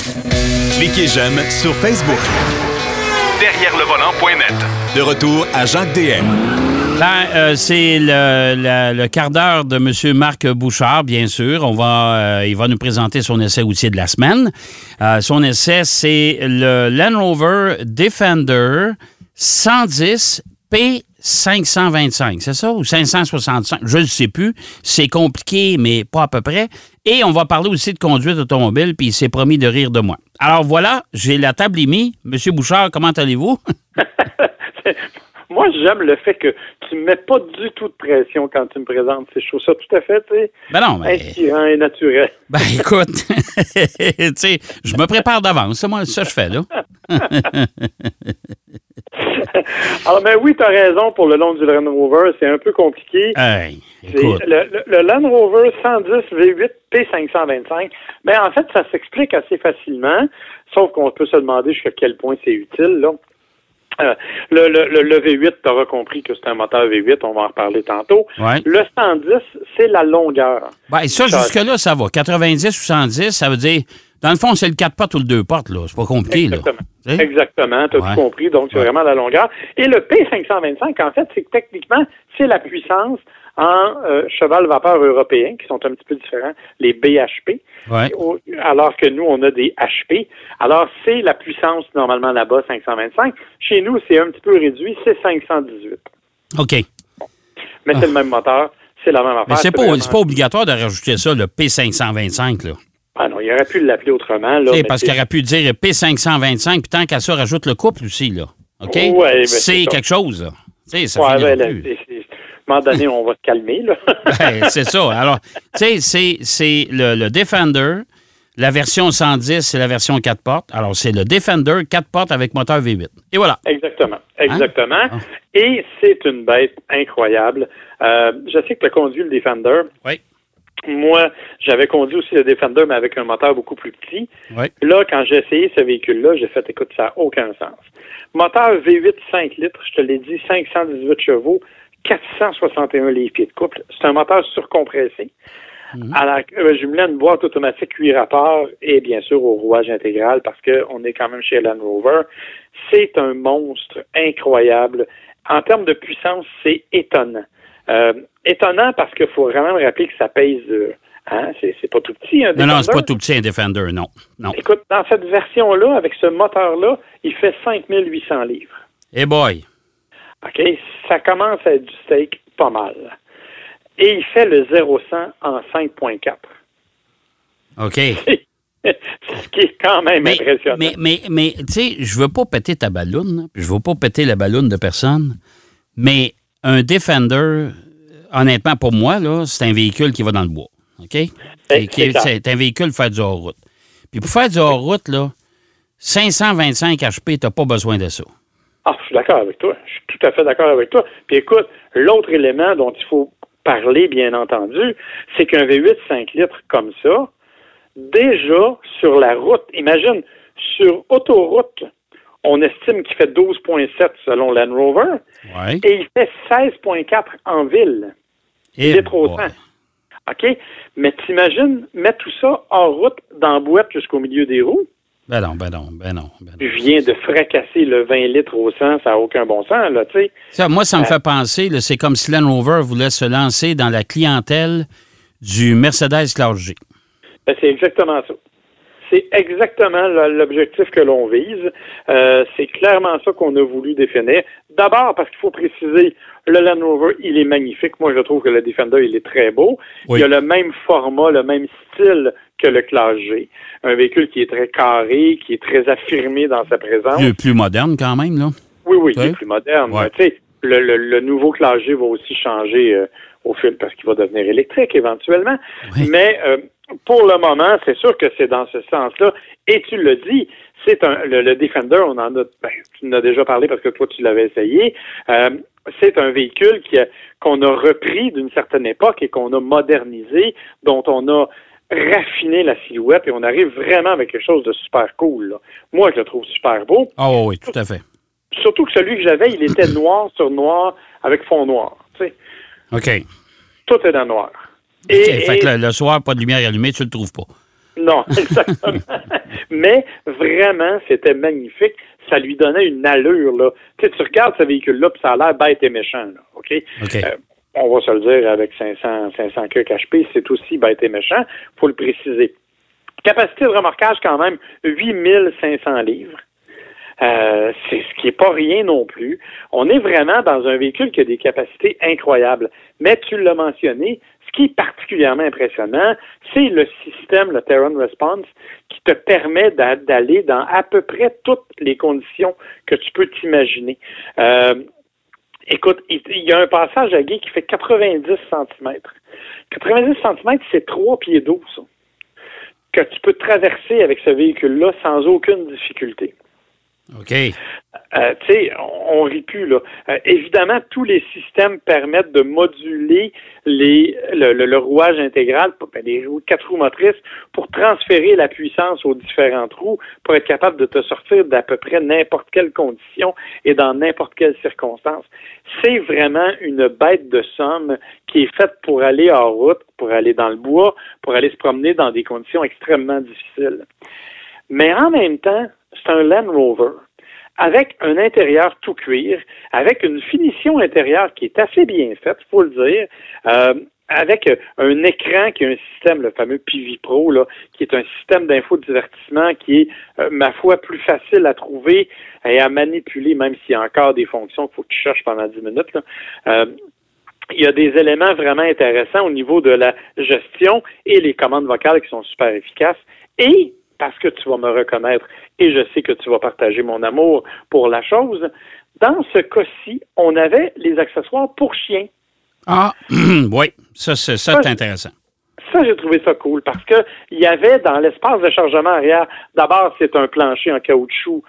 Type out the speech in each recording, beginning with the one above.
Cliquez j'aime sur Facebook. Derrière le volant.net. De retour à Jacques DM. C'est le quart d'heure de M. Marc Bouchard, bien sûr. Il va nous présenter son essai routier de la semaine. Son essai, c'est le Land Rover Defender 110 P525, c'est ça? Ou 565? Je ne sais plus. C'est compliqué, mais pas à peu près. Et on va parler aussi de conduite automobile, puis il s'est promis de rire de moi. Alors voilà, j'ai la table émise. M. Bouchard, comment allez-vous? Moi, j'aime le fait que tu ne mets pas du tout de pression quand tu me présentes ces choses. Ça, tout à fait, tu sais, inspirant et naturel. Ben, écoute, tu sais, je me prépare d'avance. C'est moi, ça je fais, là. Alors, ben oui, tu as raison pour le long du Land Rover. C'est un peu compliqué. Hey, écoute. Le Land Rover 110 V8 P525, ben en fait, ça s'explique assez facilement, sauf qu'on peut se demander jusqu'à quel point c'est utile, là. Le V8, tu auras compris que c'est un moteur V8, on va en reparler tantôt. Ouais. Le 110, c'est la longueur. Ben, ça, jusque-là, ça va. 90 ou 110, ça veut dire, dans le fond, c'est le 4 portes ou le 2 portes, là. C'est pas compliqué, Exactement. Là. Exactement, tu as tout compris, donc c'est vraiment la longueur. Et le P525, en fait, c'est que techniquement, c'est la puissance en cheval vapeur européen, qui sont un petit peu différents, les BHP, alors que nous, on a des HP. Alors, c'est la puissance, normalement, là-bas, 525. Chez nous, c'est un petit peu réduit, c'est 518. OK. Mais c'est le même moteur, c'est la même affaire. Mais c'est pas obligatoire de rajouter ça, le P525, là. Ah non, il aurait pu l'appeler autrement. Là, parce qu'il aurait pu dire P525, puis tant qu'à ça, rajoute le couple aussi, là. OK? Ouais, c'est quelque chose, là. Ça à un moment donné, on va se calmer, là. Ben, c'est ça. Alors, tu sais, c'est le Defender, la version 110, c'est la version 4 portes. Alors, c'est le Defender 4 portes avec moteur V8. Et voilà. Exactement. Hein? Ah. Et c'est une bête incroyable. Je sais que tu as conduit le Defender. Oui. Moi, j'avais conduit aussi le Defender, mais avec un moteur beaucoup plus petit. Oui. Là, quand j'ai essayé ce véhicule-là, j'ai fait, écoute, ça n'a aucun sens. Moteur V8 5 litres, je te l'ai dit, 518 chevaux, 461 livres-pieds de couple. C'est un moteur surcompressé. À la jumelée, une boîte automatique 8 rapports et bien sûr au rouage intégral parce qu'on est quand même chez Land Rover. C'est un monstre incroyable. En termes de puissance, c'est étonnant. Étonnant parce qu'il faut vraiment me rappeler que ça pèse... c'est pas tout petit, un Defender. Non, c'est pas tout petit, un Defender, non. Écoute, dans cette version-là, avec ce moteur-là, il fait 5800 livres. Eh boy! OK? Ça commence à être du steak pas mal. Et il fait le 0-100 en 5.4. OK. Ce qui est quand même impressionnant. Mais tu sais, je veux pas péter ta balloune, je veux pas péter la balloune de personne, mais un Defender, honnêtement, pour moi, là, c'est un véhicule qui va dans le bois. OK? C'est un véhicule pour faire du hors-route. Puis pour faire du hors-route, là, 525 HP, t'as pas besoin de ça. Ah, je suis d'accord avec toi. Je suis tout à fait d'accord avec toi. Puis écoute, l'autre élément dont il faut parler, bien entendu, c'est qu'un V8 5 litres comme ça, déjà sur la route, imagine, sur autoroute, on estime qu'il fait 12,7 selon Land Rover, et il fait 16,4 en ville. Litres au 100. OK? Mais t'imagines mettre tout ça en route, dans la boîte jusqu'au milieu des roues? Ben non. Tu viens de fracasser le 20 litres au 100, ça n'a aucun bon sens, là, tu sais. Moi, ça me fait penser, là, c'est comme si Land Rover voulait se lancer dans la clientèle du Mercedes Classe G. Ben, c'est exactement ça. C'est exactement l'objectif que l'on vise. C'est clairement ça qu'on a voulu définir. D'abord, parce qu'il faut préciser, le Land Rover, il est magnifique. Moi, je trouve que le Defender, il est très beau. Oui. Il a le même format, le même style que le Classe G. Un véhicule qui est très carré, qui est très affirmé dans sa présence. Plus moderne quand même, là. Oui, il est plus moderne. Ouais. Tu sais, le nouveau Classe G va aussi changer au fil parce qu'il va devenir électrique éventuellement. Oui. Mais pour le moment, c'est sûr que c'est dans ce sens-là. Et tu l'as dit, c'est le Defender, on en a, tu en as déjà parlé parce que toi, tu l'avais essayé. C'est un véhicule qu'on a repris d'une certaine époque et qu'on a modernisé, dont on a raffiné la silhouette et on arrive vraiment avec quelque chose de super cool. Là. Moi, je le trouve super beau. Ah oui, tout à fait. Surtout que celui que j'avais, il était noir sur noir avec fond noir. Tu sais. OK. Tout est dans le noir. Fait que le soir, pas de lumière allumée, tu le trouves pas. Non, exactement. Mais vraiment, c'était magnifique. Ça lui donnait une allure, là. Tu sais, tu regardes ce véhicule-là, puis ça a l'air bête et méchant, là. OK? On va se le dire, avec 500 kg HP, c'est aussi bête et méchant. Faut le préciser. Capacité de remorquage, quand même, 8500 livres. C'est ce qui est pas rien non plus. On est vraiment dans un véhicule qui a des capacités incroyables. Mais tu l'as mentionné, ce qui est particulièrement impressionnant, c'est le système, le Terrain Response, qui te permet d'aller dans à peu près toutes les conditions que tu peux t'imaginer. Écoute, il y a un passage à gué qui fait 90 cm. 90 cm, c'est 3 pieds d'eau, ça, que tu peux traverser avec ce véhicule-là sans aucune difficulté. OK. Tu sais, on rit plus, là. Évidemment, tous les systèmes permettent de moduler le rouage intégral, les 4 roues motrices, pour transférer la puissance aux différentes roues, pour être capable de te sortir d'à peu près n'importe quelle condition et dans n'importe quelle circonstance. C'est vraiment une bête de somme qui est faite pour aller en route, pour aller dans le bois, pour aller se promener dans des conditions extrêmement difficiles. Mais en même temps, c'est un Land Rover avec un intérieur tout cuir, avec une finition intérieure qui est assez bien faite, il faut le dire, avec un écran qui a un système, le fameux PV Pro, là, qui est un système d'infodivertissement qui est, ma foi, plus facile à trouver et à manipuler, même s'il y a encore des fonctions qu'il faut que tu cherches pendant 10 minutes. Là. Il y a des éléments vraiment intéressants au niveau de la gestion et les commandes vocales qui sont super efficaces. Et parce que tu vas me reconnaître et je sais que tu vas partager mon amour pour la chose, dans ce cas-ci, on avait les accessoires pour chiens. Ah, oui, ça c'est intéressant. Ça, j'ai trouvé ça cool parce que il y avait dans l'espace de chargement arrière, d'abord, c'est un plancher en caoutchouc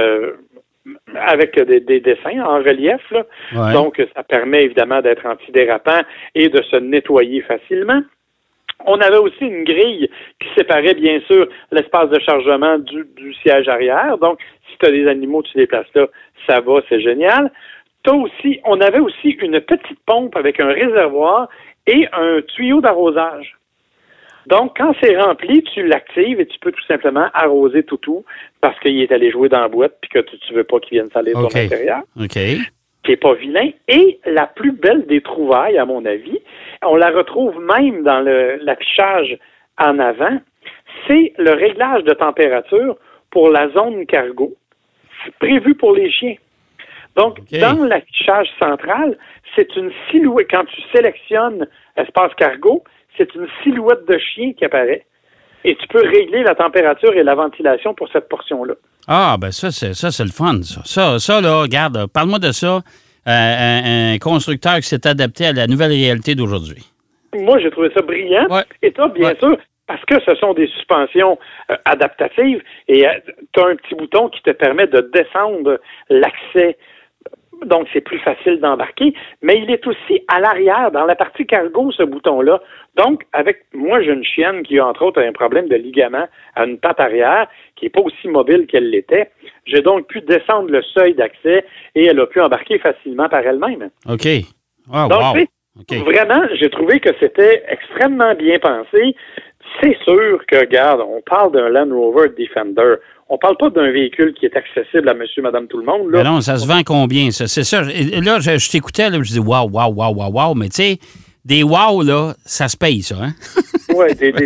avec des dessins en relief, là. Ouais. Donc, ça permet évidemment d'être antidérapant et de se nettoyer facilement. On avait aussi une grille qui séparait, bien sûr, l'espace de chargement du siège arrière. Donc, si tu as des animaux, tu les places là, ça va, c'est génial. On avait aussi une petite pompe avec un réservoir et un tuyau d'arrosage. Donc, quand c'est rempli, tu l'actives et tu peux tout simplement arroser tout parce qu'il est allé jouer dans la boîte puis que tu veux pas qu'il vienne salir ton intérieur. OK. Qui n'est pas vilain. Et la plus belle des trouvailles, à mon avis, on la retrouve même dans l'affichage en avant, c'est le réglage de température pour la zone cargo. C'est prévu pour les chiens. Donc, dans l'affichage central, c'est une silhouette. Quand tu sélectionnes espace cargo, c'est une silhouette de chien qui apparaît. Et tu peux régler la température et la ventilation pour cette portion-là. Ah, ben ça, c'est le fun, ça. Ça, là, regarde, parle-moi de ça. Un constructeur qui s'est adapté à la nouvelle réalité d'aujourd'hui. Moi, j'ai trouvé ça brillant. Ouais. Et toi, bien sûr, parce que ce sont des suspensions adaptatives et tu as un petit bouton qui te permet de descendre l'accès. Donc, c'est plus facile d'embarquer. Mais il est aussi à l'arrière, dans la partie cargo, ce bouton-là. Donc, moi, j'ai une chienne qui a, entre autres, un problème de ligament à une patte arrière, qui n'est pas aussi mobile qu'elle l'était. J'ai donc pu descendre le seuil d'accès et elle a pu embarquer facilement par elle-même. OK. Oh, donc, vraiment, j'ai trouvé que c'était extrêmement bien pensé. C'est sûr que, regarde, on parle d'un Land Rover Defender. On parle pas d'un véhicule qui est accessible à monsieur, madame, tout le monde. Là. Mais non, ça se vend combien, ça? C'est ça. Et là, je t'écoutais, là, je dis wow. Mais tu sais, des wow, là, ça se paye, ça, hein? Oui,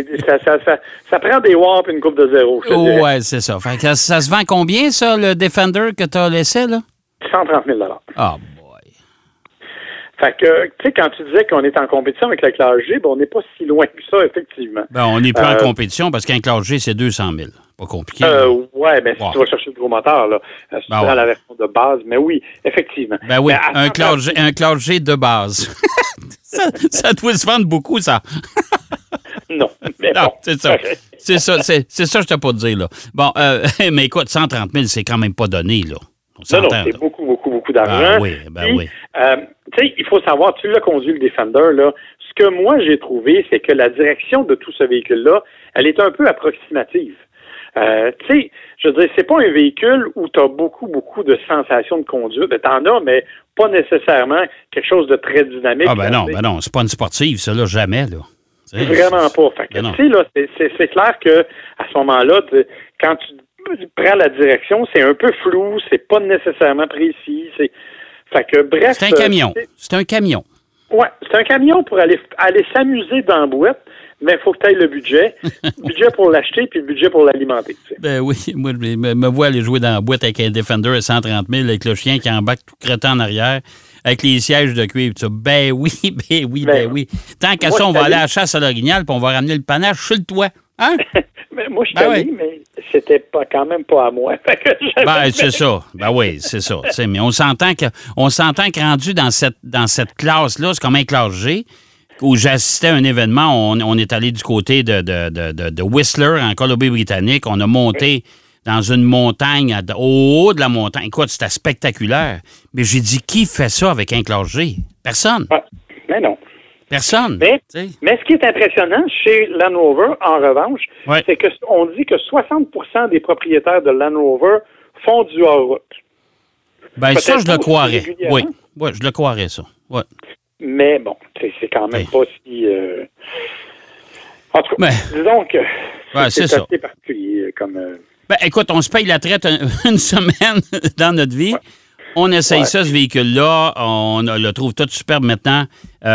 ça prend des wow et une coupe de zéro. Oui, c'est ça. Fait que ça se vend combien, ça, le Defender que tu as laissé, là? 130 000 Ah, Fait que, tu sais, quand tu disais qu'on est en compétition avec la classe G, on n'est pas si loin que ça, effectivement. Ben, on n'est plus en compétition parce qu'un classe G, c'est 200 000. Pas compliqué. Oui, mais si tu vas chercher le gros moteur, là, si tu prends la version de base, mais oui, effectivement. Ben oui, un classe G de base. ça doit se vendre beaucoup, ça. Non, mais non, bon. C'est ça. C'est ça que je t'ai pas dire, là. Bon, mais écoute, 130 000, c'est quand même pas donné, là. Non, c'est beaucoup d'argent. Oui. Tu sais, il faut savoir, tu l'as conduit le Defender, là. Ce que moi, j'ai trouvé, c'est que la direction de tout ce véhicule-là, elle est un peu approximative. Tu sais, je veux dire, c'est pas un véhicule où tu as beaucoup de sensations de conduite. T'en as, mais pas nécessairement quelque chose de très dynamique. Ah, ben non, c'est pas une sportive, ça, là, jamais, là. Vraiment pas. Fait que, tu sais, là, c'est clair que à ce moment-là, quand tu prends la direction, c'est un peu flou, c'est pas nécessairement précis. Fait que, bref. C'est un camion. C'est un camion. Oui, c'est un camion pour aller s'amuser dans la boîte, mais il faut que tu aies le budget. Budget pour l'acheter, puis le budget pour l'alimenter. Tu sais. Ben oui, moi, je me vois aller jouer dans la boîte avec un Defender à 130 000, avec le chien qui embarque tout crétin en arrière, avec les sièges de cuivre. Ça. Ben oui. Tant qu'à ça, on va aller à la chasse à l'orignal, puis on va ramener le panache sur le toit. Hein? Mais moi, je suis allé, mais c'était quand même pas à moi. C'est ça. Ben oui, c'est ça. Mais on s'entend que rendu dans cette classe-là, c'est comme un classe G, où j'assistais à un événement, on est allé du côté de Whistler, en Colombie-Britannique. On a monté dans une montagne, au haut de la montagne. Écoute, c'était spectaculaire. Mais j'ai dit, qui fait ça avec un classe G? Personne. Mais non. Personne. Mais ce qui est impressionnant chez Land Rover, en revanche, c'est qu'on dit que 60% des propriétaires de Land Rover font du hors-route. Ben ça, je le croirais. Oui, je le croirais, ça. Ouais. Mais bon, c'est quand même pas si... En tout cas, disons que c'est assez particulier comme... Ben écoute, on se paye la traite une semaine dans notre vie. Ouais. On essaye ça, ce véhicule-là. On le trouve tout superbe maintenant.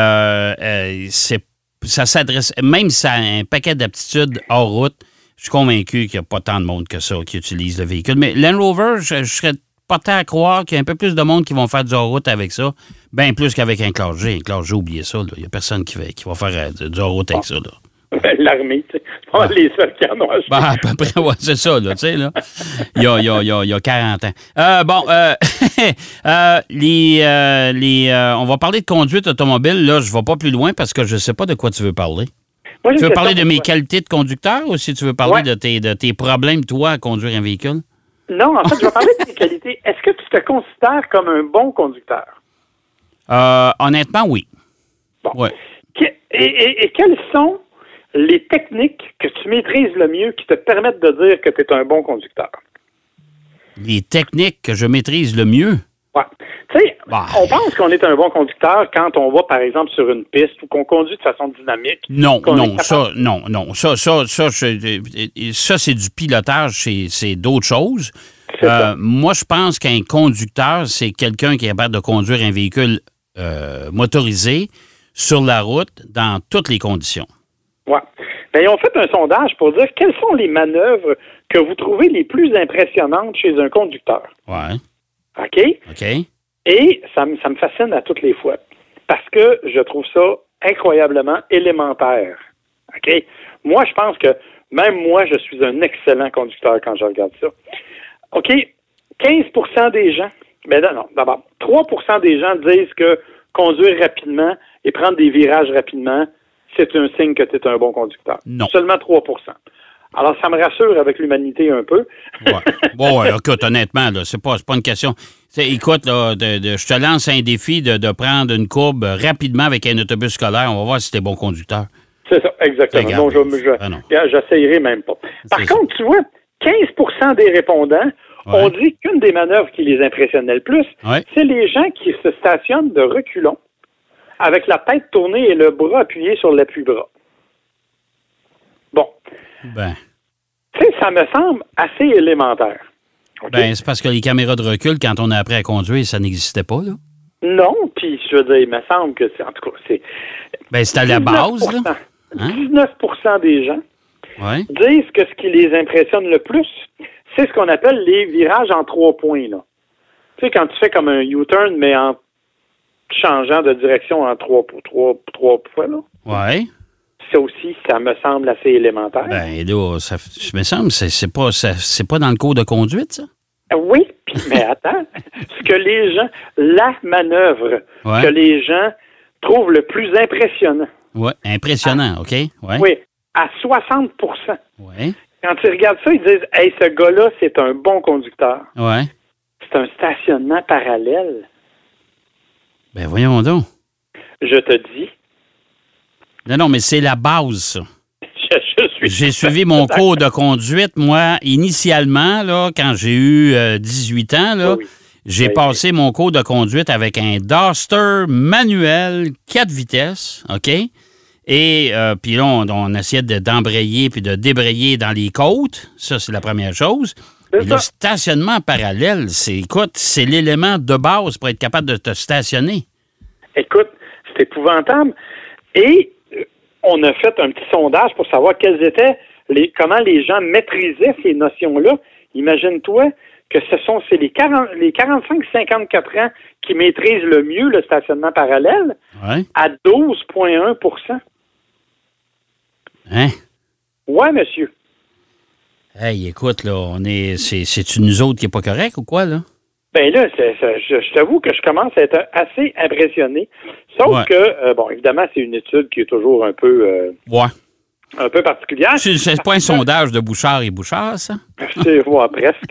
Ça s'adresse, même si ça a un paquet d'aptitudes hors route, je suis convaincu qu'il n'y a pas tant de monde que ça qui utilise le véhicule. Mais Land Rover, je serais porté à croire qu'il y a un peu plus de monde qui vont faire du hors route avec ça, bien plus qu'avec un Classe G. Un Classe G, oubliez ça. Il n'y a personne qui va faire du hors route avec ça. Là. L'armée, tu sais. C'est pas les seuls qui en ont acheté. À peu près, c'est ça, là, tu sais, là. Il y a 40 ans. On va parler de conduite automobile. Là, je ne vais pas plus loin parce que je ne sais pas de quoi tu veux parler. Moi, tu veux parler de mes qualités de conducteur ou si tu veux parler de tes problèmes, toi, à conduire un véhicule? Non, en fait, je vais parler de tes qualités. Est-ce que tu te considères comme un bon conducteur? Honnêtement, oui. Bon. Ouais. Et quelles sont les techniques que tu maîtrises le mieux qui te permettent de dire que tu es un bon conducteur? Les techniques que je maîtrise le mieux? Oui. Tu sais, on pense qu'on est un bon conducteur quand on va, par exemple, sur une piste ou qu'on conduit de façon dynamique. Non. Ça, c'est du pilotage, c'est d'autres choses. Moi, je pense qu'un conducteur, c'est quelqu'un qui est capable de conduire un véhicule motorisé sur la route dans toutes les conditions. Oui. Bien, ils ont fait un sondage pour dire quelles sont les manœuvres que vous trouvez les plus impressionnantes chez un conducteur. Oui. OK? Et ça me fascine à toutes les fois parce que je trouve ça incroyablement élémentaire. OK? Moi, je pense que même moi, je suis un excellent conducteur quand je regarde ça. OK? 15% des gens, mais non, d'abord, 3% des gens disent que conduire rapidement et prendre des virages rapidement, c'est un signe que tu es un bon conducteur. Non. Seulement 3%. Alors, ça me rassure avec l'humanité un peu. Ouais, écoute, honnêtement, là, c'est pas une question. Écoute, là, je te lance un défi de prendre une courbe rapidement avec un autobus scolaire. On va voir si t'es bon conducteur. C'est ça, exactement. Non, j'essayerai même pas. Par contre, tu vois, 15% des répondants ont dit qu'une des manœuvres qui les impressionnait le plus, c'est les gens qui se stationnent de reculons avec la tête tournée et le bras appuyé sur l'appui-bras. Bon. Tu sais, ça me semble assez élémentaire. Okay? C'est parce que les caméras de recul, quand on a appris à conduire, ça n'existait pas, là? Non, puis je veux dire, il me semble que c'est, en tout cas, c'est... c'est à la base, là. 19% des gens disent que ce qui les impressionne le plus, c'est ce qu'on appelle les virages en 3 points, là. Tu sais, quand tu fais comme un U-turn, mais en changeant de direction en 3 fois, là. Oui. Ça aussi, ça me semble assez élémentaire. Là, ça me semble, c'est pas dans le cours de conduite, ça? Oui, mais attends. Ce que les gens, la manœuvre que les gens trouvent le plus impressionnant. Oui, impressionnant, OK. Ouais. Oui, à 60%. Oui. Quand tu regardes ça, ils disent « Hey, ce gars-là, c'est un bon conducteur. » Oui. C'est un stationnement parallèle. Ben voyons donc. Je te dis. Non, mais c'est la base, ça. J'ai suivi mon cours de conduite, moi, initialement, là, quand j'ai eu 18 ans, là, j'ai passé mon cours de conduite avec un Duster manuel 4 vitesses, OK? Et puis là, on essayait d'embrayer puis de débrayer dans les côtes. Ça, c'est la première chose. Et le stationnement parallèle, c'est l'élément de base pour être capable de te stationner. Écoute, c'est épouvantable. Et on a fait un petit sondage pour savoir comment les gens maîtrisaient ces notions-là. Imagine-toi que c'est les 45-54 ans qui maîtrisent le mieux le stationnement parallèle, à 12,1 %. Hein? Ouais, monsieur. Hey, écoute, là, c'est-tu nous autres qui n'est pas correct ou quoi, là? Ben là, je t'avoue que je commence à être assez impressionné. Sauf que, évidemment, c'est une étude qui est toujours un peu... un peu particulière. C'est pas un sondage de Bouchard et Bouchard, ça? Presque.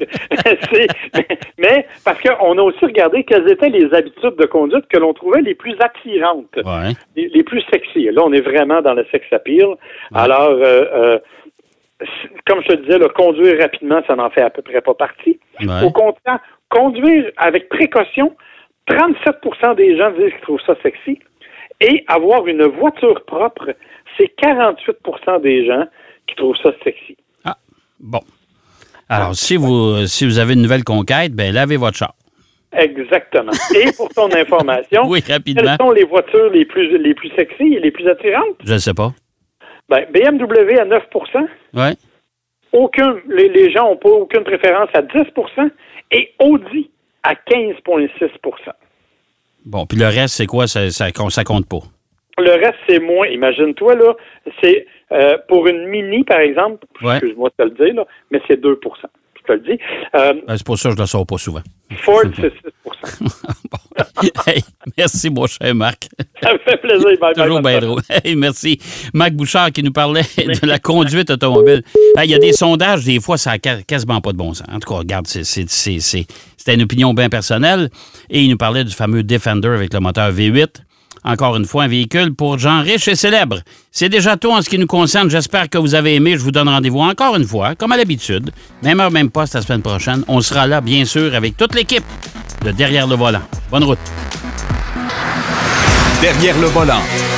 mais parce qu'on a aussi regardé quelles étaient les habitudes de conduite que l'on trouvait les plus attirantes, les plus sexy. Là, on est vraiment dans le sex appeal. Ouais. Alors, comme je te disais, conduire rapidement, ça n'en fait à peu près pas partie. Ouais. Au contraire, conduire avec précaution, 37 % des gens disent qu'ils trouvent ça sexy. Et avoir une voiture propre, c'est 48 % des gens qui trouvent ça sexy. Ah, bon. Alors, si vous avez une nouvelle conquête, lavez votre char. Exactement. Et pour ton information, oui, rapidement. Quelles sont les voitures les plus sexy et les plus attirantes? Je ne sais pas. BMW à 9 %. Oui. Les gens n'ont pas aucune préférence à 10 % et Audi à 15,6 %. Bon, puis le reste, c'est quoi? Ça compte pas. Le reste, c'est moins. Imagine-toi, là, c'est pour une Mini, par exemple, excuse-moi de te le dire, là, mais c'est 2 %. Je te le dis. C'est pour ça que je ne le sors pas souvent. Ford, c'est 6 Bon. Hey, merci, mon cher Marc. Ça me fait plaisir. Toujours bien drôle. Hey, merci. Marc Bouchard qui nous parlait de la conduite automobile. Il y a des sondages, des fois, ça n'a quasiment pas de bon sens. En tout cas, regarde, c'était une opinion bien personnelle. Et il nous parlait du fameux Defender avec le moteur V8. Encore une fois, un véhicule pour gens riches et célèbres. C'est déjà tout en ce qui nous concerne. J'espère que vous avez aimé. Je vous donne rendez-vous encore une fois, comme à l'habitude. Même heure, même poste la semaine prochaine. On sera là, bien sûr, avec toute l'équipe de Derrière le volant. Bonne route. Derrière le volant.